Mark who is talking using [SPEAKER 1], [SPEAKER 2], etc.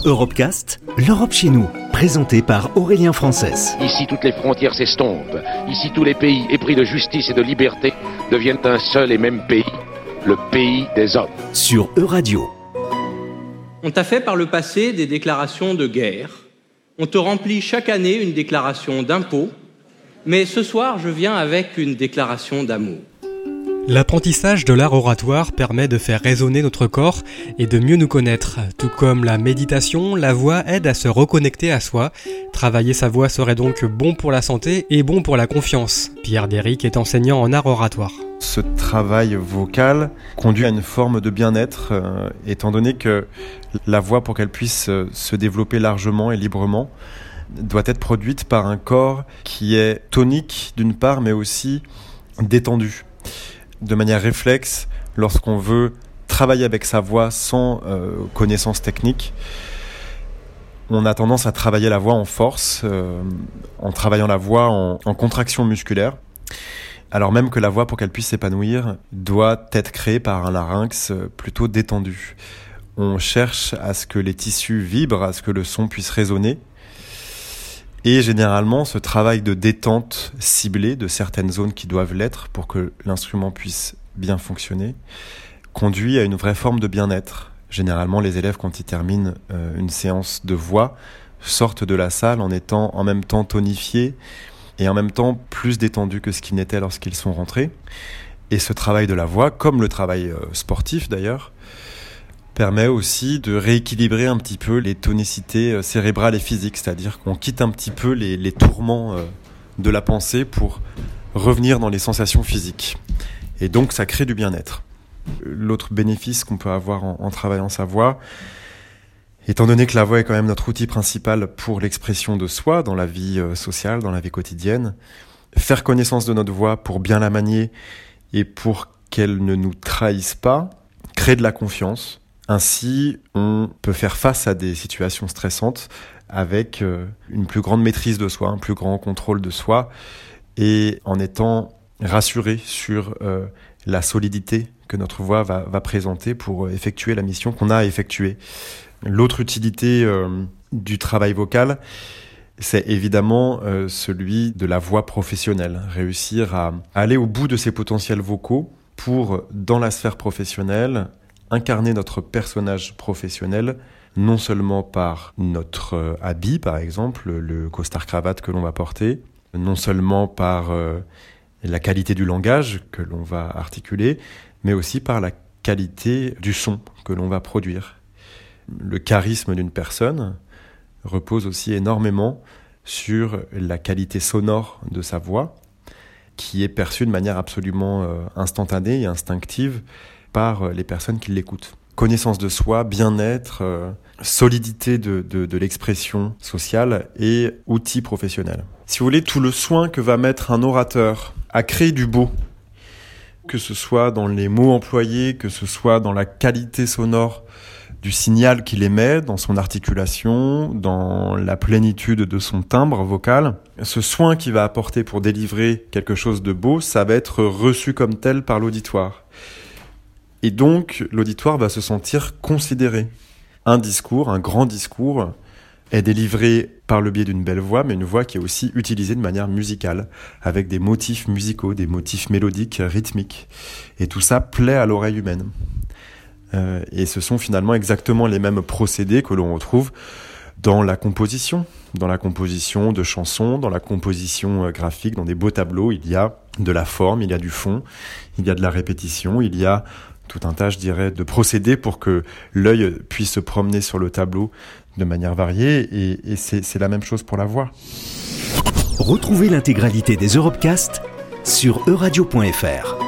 [SPEAKER 1] Europecast, l'Europe chez nous, présenté par Aurélien Frances.
[SPEAKER 2] Ici, toutes les frontières s'estompent. Ici, tous les pays épris de justice et de liberté deviennent un seul et même pays, le pays des hommes.
[SPEAKER 1] Sur Euradio.
[SPEAKER 3] On t'a fait par le passé des déclarations de guerre. On te remplit chaque année une déclaration d'impôt. Mais ce soir, je viens avec une déclaration d'amour.
[SPEAKER 4] L'apprentissage de l'art oratoire permet de faire résonner notre corps et de mieux nous connaître. Tout comme la méditation, la voix aide à se reconnecter à soi. Travailler sa voix serait donc bon pour la santé et bon pour la confiance. Pierre Déric est enseignant en art oratoire.
[SPEAKER 5] Ce travail vocal conduit à une forme de bien-être, étant donné que la voix, pour qu'elle puisse se développer largement et librement, doit être produite par un corps qui est tonique d'une part, mais aussi détendu. De manière réflexe, lorsqu'on veut travailler avec sa voix sans connaissance technique, on a tendance à travailler la voix en force, en travaillant la voix en contraction musculaire, alors même que la voix, pour qu'elle puisse s'épanouir, doit être créée par un larynx plutôt détendu. On cherche à ce que les tissus vibrent, à ce que le son puisse résonner. Et généralement, ce travail de détente ciblée de certaines zones qui doivent l'être pour que l'instrument puisse bien fonctionner, conduit à une vraie forme de bien-être. Généralement, les élèves, quand ils terminent une séance de voix, sortent de la salle en étant en même temps tonifiés et en même temps plus détendus que ce qu'ils n'étaient lorsqu'ils sont rentrés. Et ce travail de la voix, comme le travail sportif d'ailleurs, permet aussi de rééquilibrer un petit peu les tonicités cérébrales et physiques, c'est-à-dire qu'on quitte un petit peu les tourments de la pensée pour revenir dans les sensations physiques. Et donc ça crée du bien-être. L'autre bénéfice qu'on peut avoir en travaillant sa voix, étant donné que la voix est quand même notre outil principal pour l'expression de soi dans la vie sociale, dans la vie quotidienne, faire connaissance de notre voix pour bien la manier et pour qu'elle ne nous trahisse pas, crée de la confiance. Ainsi, on peut faire face à des situations stressantes avec une plus grande maîtrise de soi, un plus grand contrôle de soi et en étant rassuré sur la solidité que notre voix va présenter pour effectuer la mission qu'on a à effectuer. L'autre utilité du travail vocal, c'est évidemment celui de la voix professionnelle. Réussir à aller au bout de ses potentiels vocaux pour, dans la sphère professionnelle, incarner notre personnage professionnel, non seulement par notre habit, par exemple, le costard-cravate que l'on va porter, non seulement par la qualité du langage que l'on va articuler, mais aussi par la qualité du son que l'on va produire. Le charisme d'une personne repose aussi énormément sur la qualité sonore de sa voix, qui est perçue de manière absolument instantanée et instinctive par les personnes qui l'écoutent. Connaissance de soi, bien-être, solidité de l'expression sociale et outils professionnels. Si vous voulez, tout le soin que va mettre un orateur à créer du beau, que ce soit dans les mots employés, que ce soit dans la qualité sonore du signal qu'il émet, dans son articulation, dans la plénitude de son timbre vocal, ce soin qu'il va apporter pour délivrer quelque chose de beau, ça va être reçu comme tel par l'auditoire. Et donc, l'auditoire va se sentir considéré. Un discours, un grand discours, est délivré par le biais d'une belle voix, mais une voix qui est aussi utilisée de manière musicale, avec des motifs musicaux, des motifs mélodiques, rythmiques. Et tout ça plaît à l'oreille humaine. Et ce sont finalement exactement les mêmes procédés que l'on retrouve dans la composition de chansons, dans la composition graphique, dans des beaux tableaux. Il y a de la forme, il y a du fond, il y a de la répétition, il y a tout un tas, je dirais, de procédés pour que l'œil puisse se promener sur le tableau de manière variée, et c'est la même chose pour la voix.
[SPEAKER 1] Retrouvez l'intégralité des Europecast sur euradio.fr.